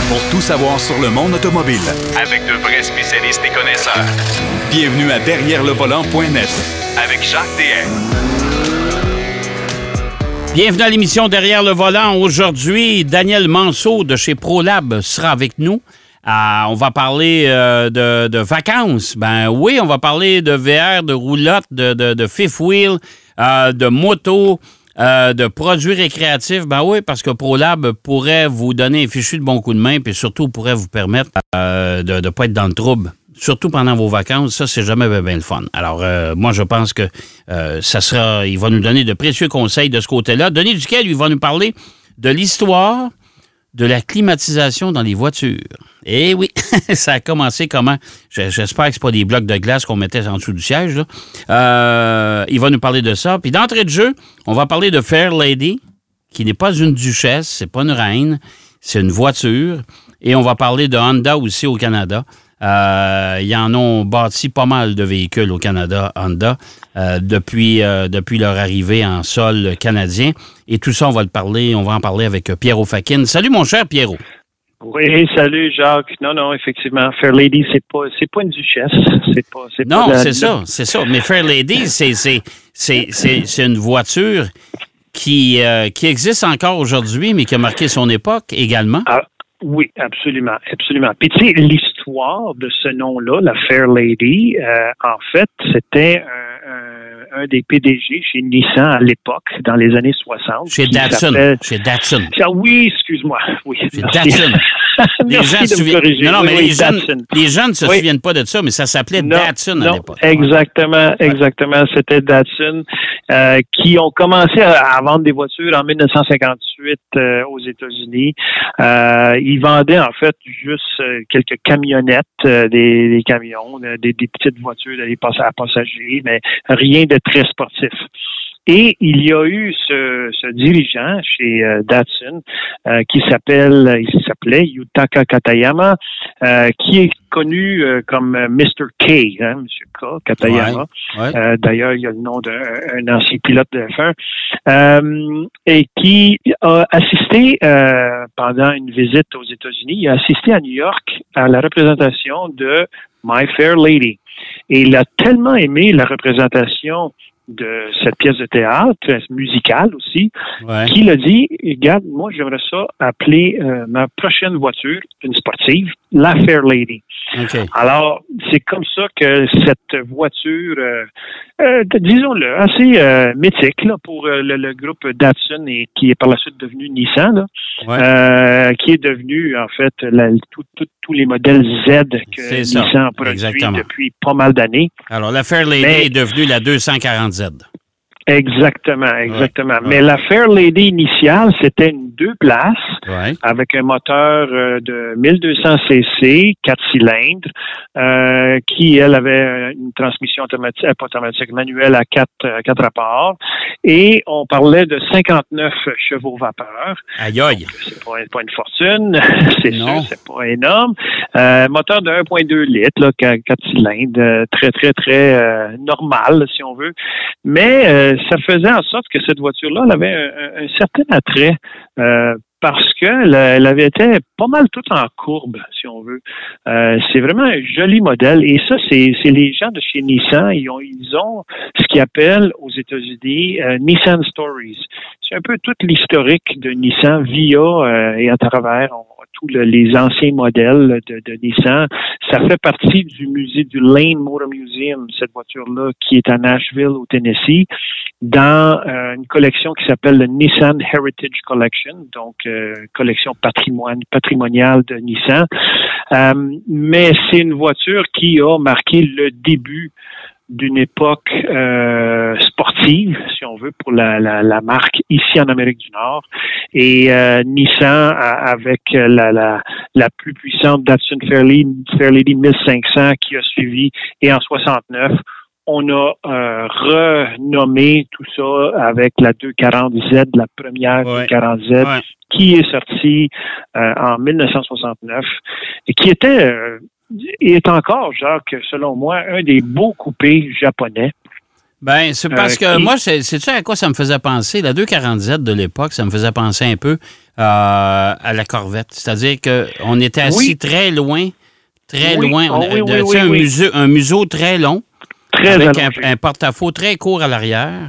pour tout savoir sur le monde automobile. Avec de vrais spécialistes et connaisseurs. Bienvenue à DerrièreLeVolant.net avec Jacques DM. Bienvenue à l'émission Derrière le volant. Aujourd'hui, Daniel Manceau de chez ProLab sera avec nous. On va parler de vacances. Ben oui, on va parler de VR, de roulotte, de fifth wheel, de moto, de produits récréatifs. Ben oui, parce que ProLab pourrait vous donner un fichu de bon coup de main, puis surtout pourrait vous permettre de ne pas être dans le trouble. Surtout pendant vos vacances, ça, c'est jamais bien le fun. Alors, moi, je pense que il va nous donner de précieux conseils de ce côté-là. Denis Duquel, lui, va nous parler de l'histoire de la climatisation dans les voitures. Eh oui, ça a commencé comment? J'espère que c'est pas des blocs de glace qu'on mettait en dessous du siège, là. Il va nous parler de ça. Puis d'entrée de jeu, on va parler de Fairlady, qui n'est pas une duchesse, c'est pas une reine, c'est une voiture. Et on va parler de Honda aussi au Canada. Ils en ont bâti pas mal de véhicules au Canada, Honda, depuis leur arrivée en sol canadien. Et tout ça, on va en parler avec Pierrot Fakin. Salut, mon cher Pierrot. Oui, salut, Jacques. Non, effectivement, Fairlady, c'est pas une duchesse. C'est ça. Mais Fairlady, c'est une voiture qui existe encore aujourd'hui, mais qui a marqué son époque également. Oui, absolument. Puis tu sais, l'histoire de ce nom-là, la Fairlady, en fait, c'était un des PDG chez Nissan à l'époque, dans les années 60. Chez Datsun. Ah, oui, excuse-moi. Oui, chez Datsun. Les gens ne se souviennent pas de ça, mais ça s'appelait Datsun à l'époque. Exactement. C'était Datsun qui ont commencé à vendre des voitures en 1958 aux États-Unis. Ils vendaient en fait juste quelques camionnettes, des camions, des petites voitures à passagers, mais rien de très sportif. Et il y a eu ce dirigeant chez Datsun qui s'appelait Yutaka Katayama, qui est connu comme Mr. K, Monsieur K, Katayama. Ouais. D'ailleurs, il y a le nom d'un ancien pilote de F1, et qui a assisté pendant une visite aux États-Unis, il a assisté à New York à la représentation de My Fair Lady. Et il a tellement aimé la représentation de cette pièce de théâtre, musicale aussi, qu'il a dit, regarde, moi, j'aimerais ça appeler ma prochaine voiture, une sportive, la Fair Lady. Okay. Alors, c'est comme ça que cette voiture, disons-le, assez mythique là, pour le groupe Datsun et qui est par la suite devenu Nissan, là, qui est devenu, en fait, tous les modèles Z que Nissan a produit depuis pas mal d'années. Alors, la Fair Lady est devenue la 240Z. Exactement. Ouais. Mais la Fair Lady initiale, c'était une 2 places avec un moteur de 1200 cc, 4 cylindres, qui, elle, avait une transmission automatique manuelle à 4 rapports. Et on parlait de 59 chevaux vapeur. Aïe aïe. Donc, c'est pas une fortune, c'est sûr, c'est pas énorme. Moteur de 1,2 litres, là, 4 cylindres, très, très, très normal, si on veut. Mais ça faisait en sorte que cette voiture-là, elle avait un certain attrait parce qu'elle avait été pas mal toute en courbe, si on veut. C'est vraiment un joli modèle. Et ça, c'est les gens de chez Nissan. Ils ont ce qu'ils appellent aux États-Unis Nissan Stories. C'est un peu toute l'historique de Nissan via et à travers tous les anciens modèles de Nissan. Ça fait partie du musée du Lane Motor Museum, cette voiture-là, qui est à Nashville, au Tennessee, dans une collection qui s'appelle le Nissan Heritage Collection, donc collection patrimoniale de Nissan. Mais c'est une voiture qui a marqué le début d'une époque sportive, si on veut, pour la marque ici en Amérique du Nord. Et Nissan, avec la plus puissante Datsun Fairlady 1500 qui a suivi, et en 69, on a renommé tout ça avec la 240Z, la première 240Z, qui est sortie en 1969 et qui est encore, Jacques, selon moi, un des beaux coupés japonais. Ben, c'est parce que moi, sais-tu à quoi ça me faisait penser? La 240Z de l'époque, ça me faisait penser un peu à la Corvette. C'est-à-dire qu'on était assis très loin. Un museau très long. Avec un porte-à-faux très court à l'arrière.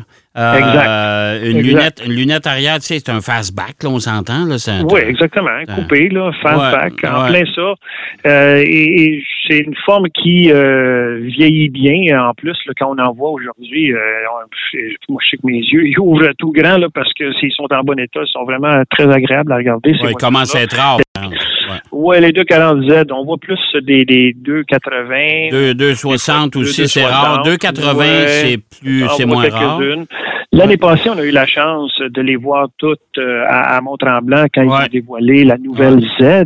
Une lunette arrière, tu sais, c'est un fastback, là, on s'entend. Là, oui, exactement. Coupé, là, fastback, en plein ça. Et c'est une forme qui vieillit bien. En plus, là, quand on en voit aujourd'hui, moi, je sais que mes yeux ils ouvrent tout grand là, parce que s'ils sont en bon état, ils sont vraiment très agréables à regarder. Oui, ils commencent à être rares. Oui, les 240Z, on voit plus des 280. 260 aussi, c'est rare. 280, c'est moins rare. L'année passée, on a eu la chance de les voir toutes à Mont-Tremblant quand ils ont dévoilé la nouvelle Z.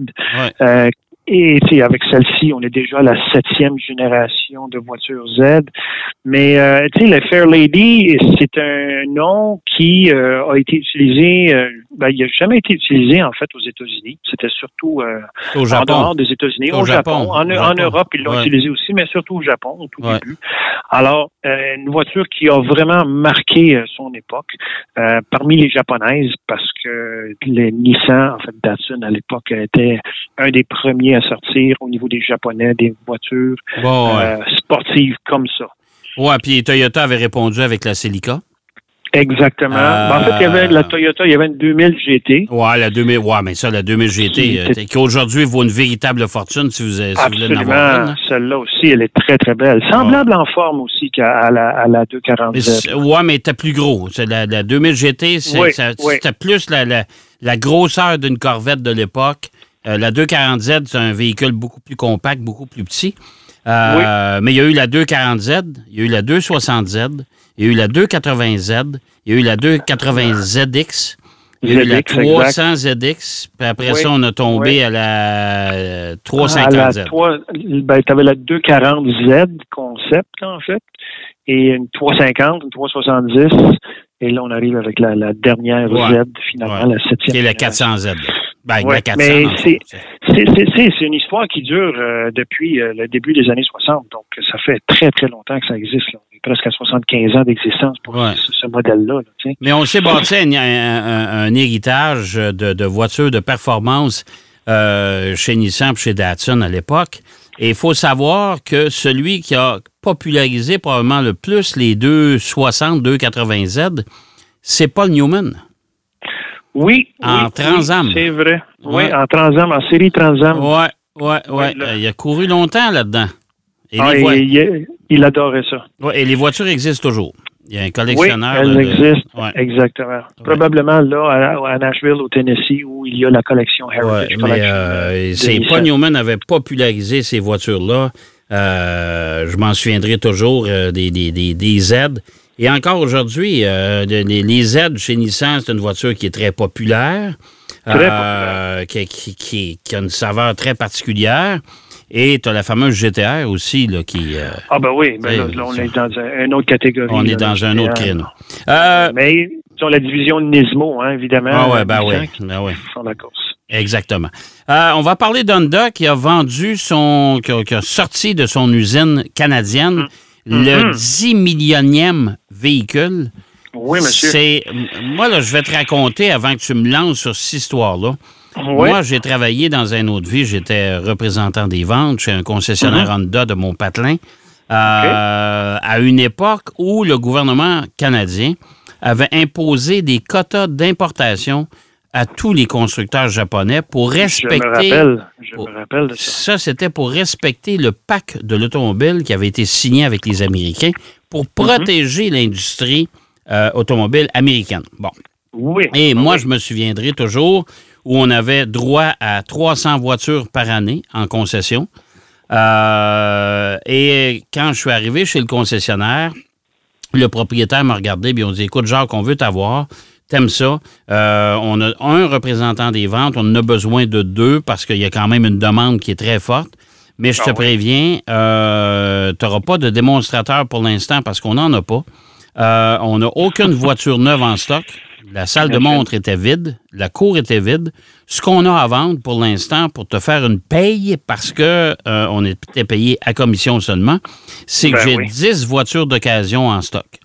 Et avec celle-ci, on est déjà à la 7e génération de voitures Z. Mais la Fair Lady, c'est un nom qui a été utilisé. Il n'a jamais été utilisé en fait aux États-Unis. C'était surtout en dehors des États-Unis, au Japon. En Europe, ils l'ont utilisé aussi, mais surtout au Japon au tout début. Alors, une voiture qui a vraiment marqué son époque parmi les japonaises parce que les Nissan, en fait, Datsun à l'époque était un des premiers à sortir au niveau des Japonais, des voitures sportives comme ça. Oui, puis Toyota avait répondu avec la Celica. Exactement. En fait, il y avait la Toyota, il y avait une 2000 GT. Oui, la 2000 GT, qui aujourd'hui vaut une véritable fortune si vous voulez en avoir une. Celle-là aussi, elle est très, très belle. Semblable en forme aussi qu'à la 240Z. Oui, mais t'es plus gros. La 2000 GT, c'était plus la grosseur d'une Corvette de l'époque. La 240Z, c'est un véhicule beaucoup plus compact, beaucoup plus petit. Mais il y a eu la 240Z, il y a eu la 260Z, il y a eu la 280Z, il y a eu la 280ZX, il y a eu la 300ZX, puis après ça, on a tombé à la 350Z. Tu avais la 240Z concept, en fait, et une 350, une 370, et là, on arrive avec la dernière Z, finalement, la 7e. Et la 400Z. La 400, mais c'est une histoire qui dure depuis le début des années 60, donc ça fait très, très longtemps que ça existe, là. Presque à 75 ans d'existence pour ce modèle-là. Là, mais on s'est bâti un héritage de voitures de performance chez Nissan et chez Datsun à l'époque. Et il faut savoir que celui qui a popularisé probablement le plus les 260, 280Z, c'est Paul Newman. Oui. En Trans-Am. Oui, c'est vrai. Oui, en Trans-Am, en série Trans-Am. Oui. Il a couru longtemps là-dedans. Il adorait ça. Oui, et les voitures existent toujours. Il y a un collectionneur. Oui, elles existent, exactement. Ouais. Probablement là, à Nashville, au Tennessee, où il y a la collection Heritage Collection. Paul Newman avait popularisé ces voitures-là. Je m'en souviendrai toujours des Z. Et encore aujourd'hui, les Z chez Nissan, c'est une voiture qui est très populaire. Qui a une saveur très particulière. Et tu as la fameuse GTR aussi, là, qui... là, on est dans une autre catégorie. On est dans un autre créneau. Mais sur la division de Nismo, évidemment. Oui. Sur la course. Exactement. On va parler d'Honda qui a vendu qui a sorti de son usine canadienne le 10 millionième véhicule. Oui, monsieur. Moi, là, je vais te raconter avant que tu me lances sur cette histoire-là. Oui. Moi, j'ai travaillé dans une autre vie. J'étais représentant des ventes chez un concessionnaire Honda de Mont-Patelin à une époque où le gouvernement canadien avait imposé des quotas d'importation à tous les constructeurs japonais pour respecter... Je me rappelle de ça. Ça, c'était pour respecter le pacte de l'automobile qui avait été signé avec les Américains pour protéger l'industrie automobile américaine. Bon. Oui. Et moi, je me souviendrai toujours où on avait droit à 300 voitures par année en concession. Et quand je suis arrivé chez le concessionnaire, le propriétaire m'a regardé et on dit « Écoute, Jacques, on veut t'avoir. T'aimes ça. On a un représentant des ventes. On en a besoin de 2 parce qu'il y a quand même une demande qui est très forte. Mais je te préviens, tu n'auras pas de démonstrateur pour l'instant parce qu'on n'en a pas. On n'a aucune voiture neuve en stock. La salle de montre était vide. La cour était vide. Ce qu'on a à vendre pour l'instant, pour te faire une paye, parce que on était payé à commission seulement, c'est que j'ai 10 voitures d'occasion en stock.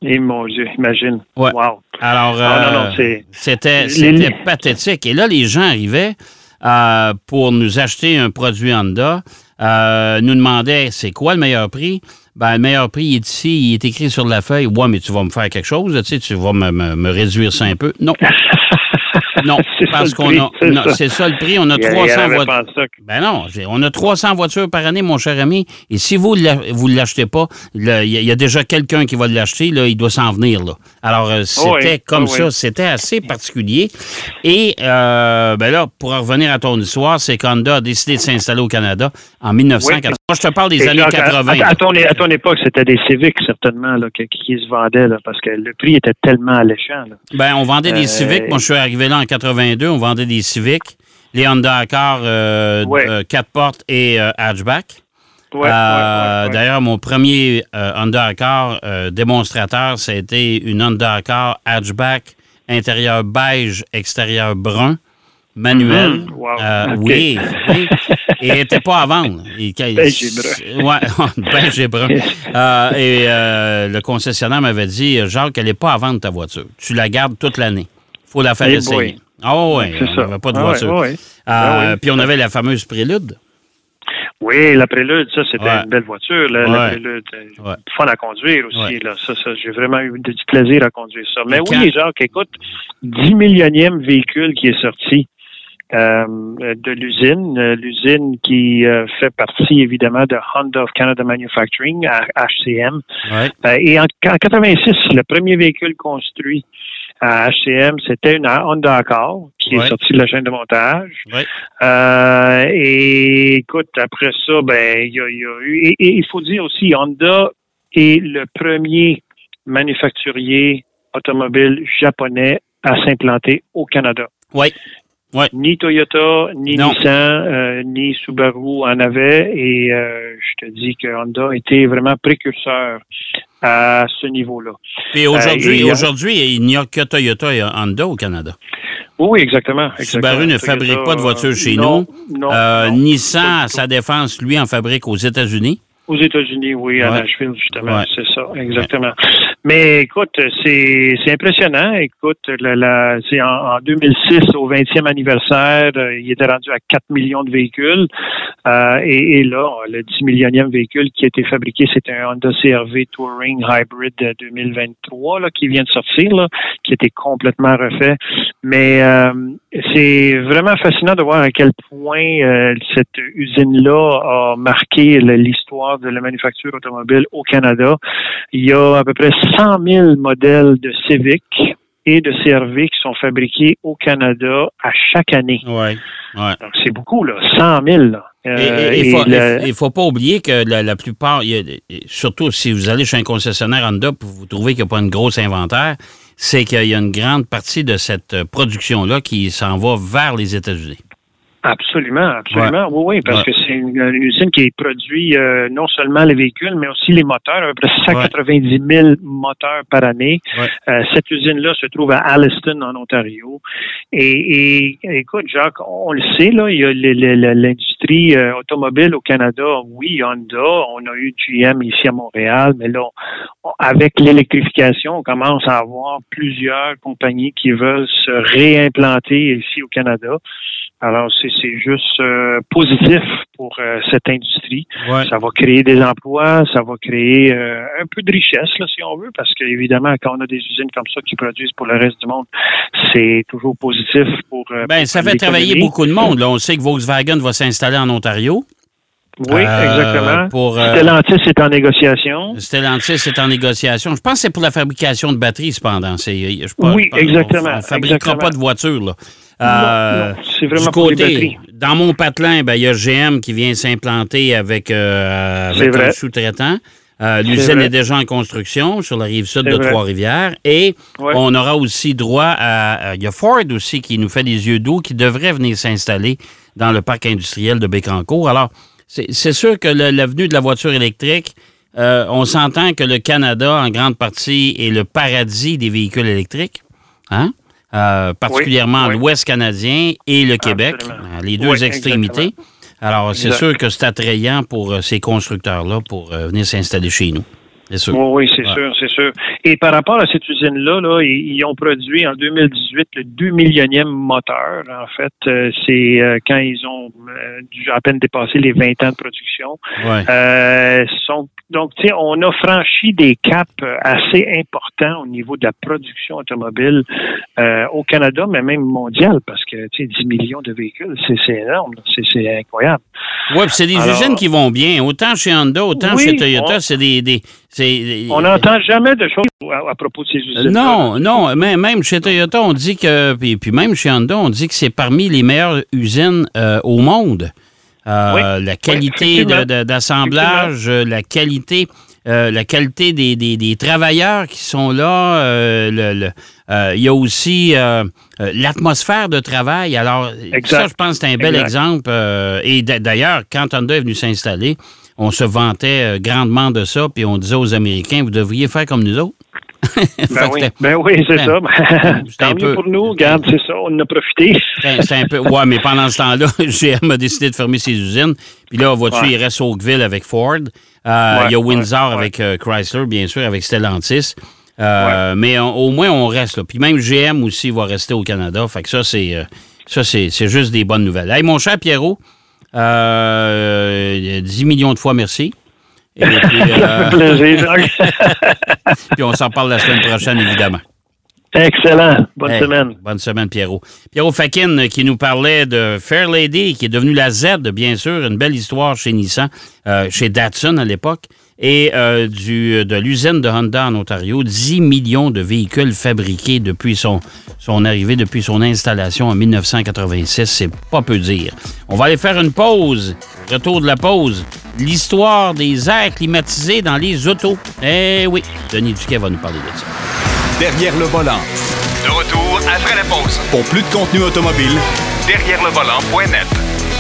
Et mon Dieu, imagine. Ouais. Wow. Alors, c'était pathétique. Et là, les gens arrivaient pour nous acheter un produit Honda, nous demandaient c'est quoi le meilleur prix. Ben, le meilleur prix il est ici, il est écrit sur la feuille. Ouais, mais tu vas me faire quelque chose, tu sais, tu vas me réduire ça un peu. Non. Non, parce qu'on a. Non, c'est ça le prix. On a 300 voitures. Ben non, on a 300 voitures par année, mon cher ami. Et si vous ne l'achetez pas, il y a déjà quelqu'un qui va l'acheter, là, il doit s'en venir. Là. Alors, c'était comme ça. C'était assez particulier. Et, ben là, pour revenir à ton histoire, c'est qu'Honda a décidé de s'installer au Canada en 1980. Moi, je te parle des années 80. À ton époque, c'était des Civics, certainement, là, qui se vendaient, là, parce que le prix était tellement alléchant. Là. Ben, on vendait des Civics. Moi, je suis arrivé là en 82, on vendait des Civics, les Honda Accord 4 portes et hatchback. D'ailleurs, mon premier Honda Accord démonstrateur, ça a été une Honda Accord hatchback, intérieur beige, extérieur brun, manuel. Oui. Et elle n'était pas à vendre. Beige et brun. Oui, beige et brun. Et le concessionnaire m'avait dit, Jacques, elle n'est pas à vendre ta voiture. Tu la gardes toute l'année. Il faut la faire essayer. Oui, on n'avait pas de voiture. Puis on avait la fameuse Prélude. Oui, la Prélude, ça, c'était une belle voiture. La Prélude, fun à conduire aussi. Là. Ça, j'ai vraiment eu du plaisir à conduire ça. Mais Jacques, écoute, 10 millionième véhicule qui est sorti de l'usine qui fait partie, évidemment, de Honda of Canada Manufacturing, HCM. Et en 86, le premier véhicule construit à HCM, c'était une Honda Accord qui est sortie de la chaîne de montage. Et écoute, après ça, ben il y a eu... Et il faut dire aussi, Honda est le premier manufacturier automobile japonais à s'implanter au Canada. Ni Toyota, ni Nissan, ni Subaru en avait. Et je te dis que Honda était vraiment précurseur à ce niveau-là. Et aujourd'hui, il n'y a que Toyota et Honda au Canada. Oui, exactement. Subaru ne fabrique pas de voitures chez nous. Nissan, à sa défense, lui, en fabrique aux États-Unis. Aux États-Unis, oui, à Nashville, justement. C'est ça, exactement. Mais écoute, c'est impressionnant. Écoute, c'est en 2006, au 20e anniversaire, il était rendu à 4 millions de véhicules. Et là, le 10 millionième véhicule qui a été fabriqué, c'est un Honda CR-V Touring Hybrid 2023 là, qui vient de sortir, là, qui était complètement refait. Mais c'est vraiment fascinant de voir à quel point cette usine-là a marqué l'histoire de la manufacture automobile au Canada. Il y a à peu près 100 000 modèles de Civic et de CR-V qui sont fabriqués au Canada à chaque année. Donc, c'est beaucoup, là. 100 000, là. Il faut pas oublier que la plupart, surtout si vous allez chez un concessionnaire Honda et vous trouvez qu'il n'y a pas une grosse inventaire, c'est qu'il y a une grande partie de cette production-là qui s'en va vers les États-Unis. Absolument. Oui, parce que c'est une usine qui produit non seulement les véhicules, mais aussi les moteurs, à peu près 190 000 moteurs par année. Cette usine-là se trouve à Alliston, en Ontario. Et écoute, Jacques, on le sait, là, il y a l'industrie automobile au Canada. Oui, Honda, on a eu GM ici à Montréal, mais là, avec l'électrification, on commence à avoir plusieurs compagnies qui veulent se réimplanter ici au Canada. Alors, c'est juste positif pour cette industrie. Ça va créer des emplois, ça va créer un peu de richesse, là, si on veut, parce qu'évidemment, quand on a des usines comme ça qui produisent pour le reste du monde, c'est toujours positif pour ça fait travailler beaucoup de monde. Là. On sait que Volkswagen va s'installer en Ontario. Oui, exactement. Stellantis est en négociation. Je pense que c'est pour la fabrication de batteries, cependant. Exactement. On ne fabriquera pas de voitures, là. Non, c'est vraiment pour les batteries. Dans mon patelin, il y a GM qui vient s'implanter avec un sous-traitant. L'usine est déjà en construction sur la rive sud de Trois-Rivières. Et on aura aussi droit à... Il y a Ford aussi qui nous fait des yeux doux, qui devrait venir s'installer dans le parc industriel de Bécancour. Alors, c'est sûr que l'avenue de la voiture électrique, on s'entend que le Canada, en grande partie, est le paradis des véhicules électriques. Particulièrement l'Ouest canadien et le Québec, les deux extrémités. Exactement. Alors, c'est sûr que c'est attrayant pour ces constructeurs-là pour venir s'installer chez nous. C'est sûr. Oui, c'est sûr. Et par rapport à cette usine-là, ils ont produit en 2018 le 2 millionième moteur. En fait, c'est quand ils ont à peine dépassé les 20 ans de production. Ouais. Donc, tu sais, on a franchi des caps assez importants au niveau de la production automobile au Canada, mais même mondial, parce que, tu sais, 10 millions de véhicules, c'est énorme. C'est incroyable. Oui, puis c'est des usines qui vont bien. Autant chez Honda, autant chez Toyota, c'est on n'entend jamais de choses à propos de ces usines. Non, mais même chez Toyota, on dit que, puis même chez Honda, on dit que c'est parmi les meilleures usines au monde. La qualité d'assemblage, la qualité des travailleurs qui sont là. Il y a aussi l'atmosphère de travail. Alors, ça, je pense que c'est un bel exemple. Et d'ailleurs, quand Honda est venu s'installer, on se vantait grandement de ça, puis on disait aux Américains, vous devriez faire comme nous autres. Ben oui, c'est ça. Tant mieux pour nous. Regarde, c'est ça, on en a profité. C'est un peu. Ouais, mais pendant ce temps-là, GM a décidé de fermer ses usines. Puis là, vois-tu, il reste Oakville avec Ford. Il y a Windsor avec Chrysler, bien sûr, avec Stellantis. Mais au moins, on reste là. Puis même GM aussi va rester au Canada. Fait que ça, c'est juste des bonnes nouvelles. Hey, mon cher Pierrot, 10 millions de fois merci. Et puis, plaisir. Puis on s'en parle la semaine prochaine, évidemment. Excellent. Bonne semaine. Bonne semaine, Pierrot. Pierrot Fakin qui nous parlait de Fairlady, qui est devenue la Z, bien sûr. Une belle histoire chez Nissan, chez Datsun à l'époque. Et de l'usine de Honda en Ontario, 10 millions de véhicules fabriqués depuis son arrivée, depuis son installation en 1986. C'est pas peu dire. On va aller faire une pause. Retour de la pause. L'histoire des airs climatisés dans les autos. Eh oui, Denis Duquet va nous parler de ça. Derrière le volant. De retour après la pause. Pour plus de contenu automobile, derrière le volant.net.